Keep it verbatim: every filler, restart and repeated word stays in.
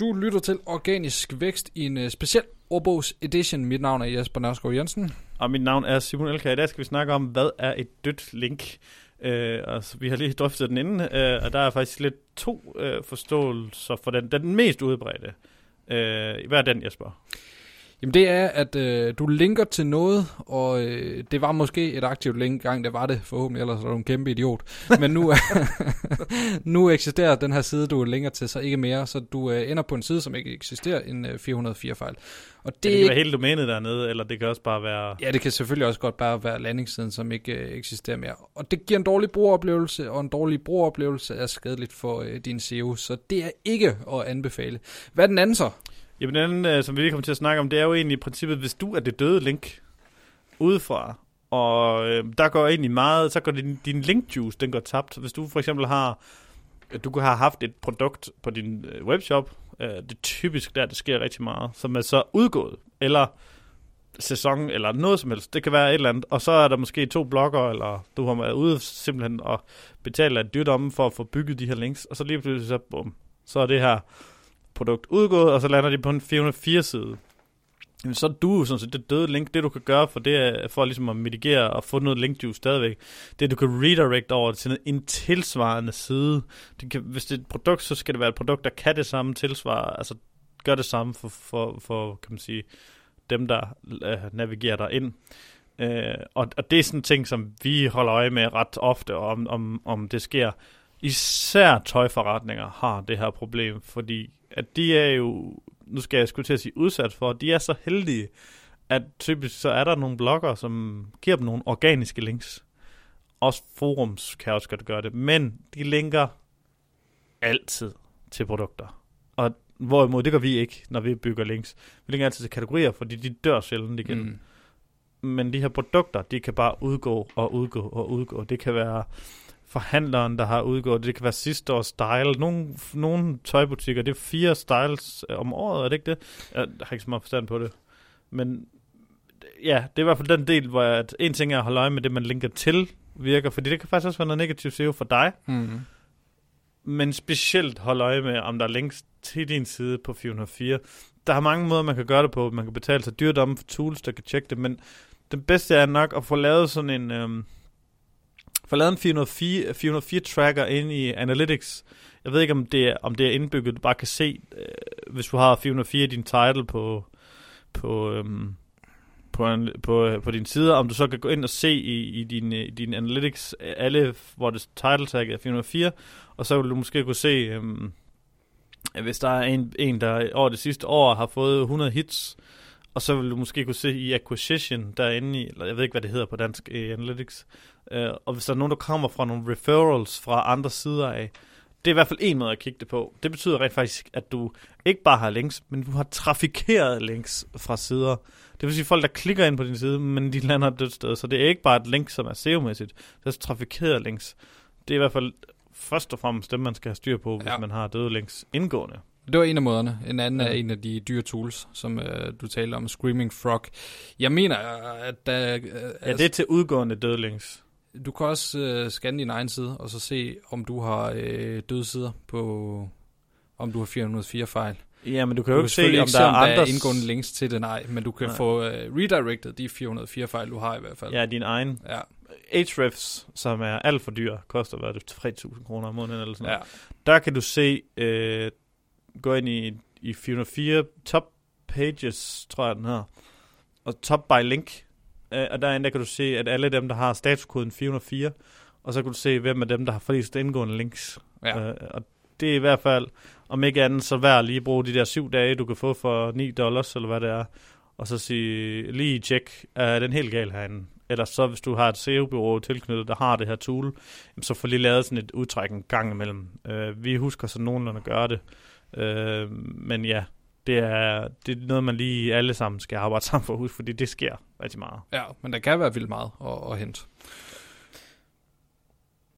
Du lytter til Organisk Vækst i en uh, speciel ordbogs edition. Mit navn er Jesper Nørskov Jensen. Og mit navn er Simon Elkær. I dag skal vi snakke om, hvad er et dødt link. Uh, altså, vi har lige drøftet den inden, uh, og der er faktisk lidt to uh, forståelser for den. Den mest udbredte. Uh, hvad er den, Jesper? Jamen det er, at øh, du linker til noget, og øh, det var måske et aktivt link gang, det var det forhåbentlig, ellers er du en kæmpe idiot. Men nu, nu eksisterer den her side, du linker til, så ikke mere, så du øh, ender på en side, som ikke eksisterer, en øh, fire hundrede og fire fejl. Og det, ja, det kan være hele domænet dernede, eller det kan også bare være... Ja, det kan selvfølgelig også godt bare være landingssiden, som ikke øh, eksisterer mere. Og det giver en dårlig brugeroplevelse, og en dårlig brugeroplevelse er skadeligt for øh, din S E O, så det er ikke at anbefale. Hvad er den anden så? Jamen den anden, øh, som vi lige kommer til at snakke om, det er jo egentlig i princippet, hvis du er det døde link udefra, og øh, der går egentlig meget, så går din, din link juice, den går tabt. Hvis du for eksempel har, du kan have haft et produkt på din øh, webshop, øh, det er typisk der, det sker rigtig meget, som er så udgået, eller sæson, eller noget som helst, det kan være et eller andet, og så er der måske to blogger, eller du har været ude simpelthen og betale et dyrt om for at få bygget de her links, og så lige pludselig så, bum, så er det her produkt udgået, og så lander de på en fire hundrede og fire side. Jamen, så er du sådan set det døde link. Det du kan gøre for det er, for ligesom at mitigere og få noget link juice stadigvæk, det er, du kan redirect over til en tilsvarende side. Det kan, hvis det er et produkt, så skal det være et produkt, der kan det samme tilsvar, altså gør det samme for, for, for kan man sige, dem, der uh, navigerer der ind. Uh, og, og det er sådan en ting, som vi holder øje med ret ofte, om, om, om det sker. Især tøjforretninger har det her problem, fordi at de er jo, nu skal jeg sgu til at sige udsat for, de er så heldige, at typisk så er der nogle blogger, som giver dem nogle organiske links. Også forums kan også godt gøre det, men de linker altid til produkter. Og hvorimod, det gør vi ikke, når vi bygger links. Vi linker altid til kategorier, fordi de dør sjældent igen. Mm. Men de her produkter, de kan bare udgå og udgå og udgå. Det kan være forhandleren, der har udgået. Det kan være sidste års style. Nogle, nogle tøjbutikker, det er fire styles om året, er det ikke det? Jeg har ikke så meget forstand på det. Men ja, det er i hvert fald den del, hvor at en ting er at holde øje med det, man linker til virker, fordi det kan faktisk også være noget negativt S E O for dig. Mm-hmm. Men specielt holde øje med, om der er links til din side på fire hundrede og fire. Der er mange måder, man kan gøre det på. Man kan betale sig dyrt om for tools, der kan tjekke det, men det bedste er nok at få lavet sådan en... Øhm, For lavet en fire hundrede og fire tracker inde i Analytics. Jeg ved ikke, om det er, om det er indbygget. Du bare kan se, øh, hvis du har fire hundrede og fire i din title på, på, øhm, på, på, på din side, om du så kan gå ind og se i, i, din, i din Analytics, alle, hvor det title tag er fire hundrede og fire, og så vil du måske kunne se, øhm, hvis der er en, en, der over det sidste år har fået hundrede hits, og så vil du måske kunne se i acquisition derinde i, eller jeg ved ikke, hvad det hedder på dansk i Analytics. Uh, og hvis der er nogen, der kommer fra nogle referrals fra andre sider af, det er i hvert fald en måde at kigge det på. Det betyder rent faktisk, at du ikke bare har links, men du har trafikeret links fra sider. Det vil sige folk, der klikker ind på din side, men de lander et dødt sted. Så det er ikke bare et link, som er S E O-mæssigt. Det er trafikeret links. Det er i hvert fald først og fremmest dem, man skal have styr på, hvis ja. man har døde links indgående. Det var en af måderne. En anden ja. er en af de dyre tools, som øh, du talte om, Screaming Frog. Jeg mener, at der... Øh, ja, det er til udgående døde links. Du kan også øh, scanne din egen side, og så se, om du har øh, døde sider på, om du har fire hundrede og fire fejl. Ja, men du kan jo du ikke kan se, om se, der er om andre... der er indgående links til det, nej. Men du kan nej. få øh, redirected de fire hundrede og fire fejl, du har i hvert fald. Ja, din egen. Ja. Ahrefs, som er alt for dyr, koster hvad det tre tusind kroner om måneden eller sådan ja. noget. Der kan du se, øh, gå ind i, i fire hundrede og fire top pages, tror jeg den her, og top by link. Uh, og derinde der kan du se, at alle dem, der har statuskoden fire hundrede og fire, og så kan du se, hvem af dem, der har flest indgående links. Ja. Uh, og det er i hvert fald, om ikke andet, så værd lige bruge de der syv dage, du kan få for ni dollars, eller hvad det er, og så sige, lige tjek, er den helt gal herinde? Eller så, hvis du har et S E O-bureau tilknyttet, der har det her tool, så får lige lavet sådan et udtræk en gang imellem. Uh, vi husker så nogenlunde at gøre det. Uh, men ja, Det er, det er noget, man lige alle sammen skal arbejde sammen for at huske, fordi det sker rigtig meget. Ja, men der kan være vildt meget at, at hente.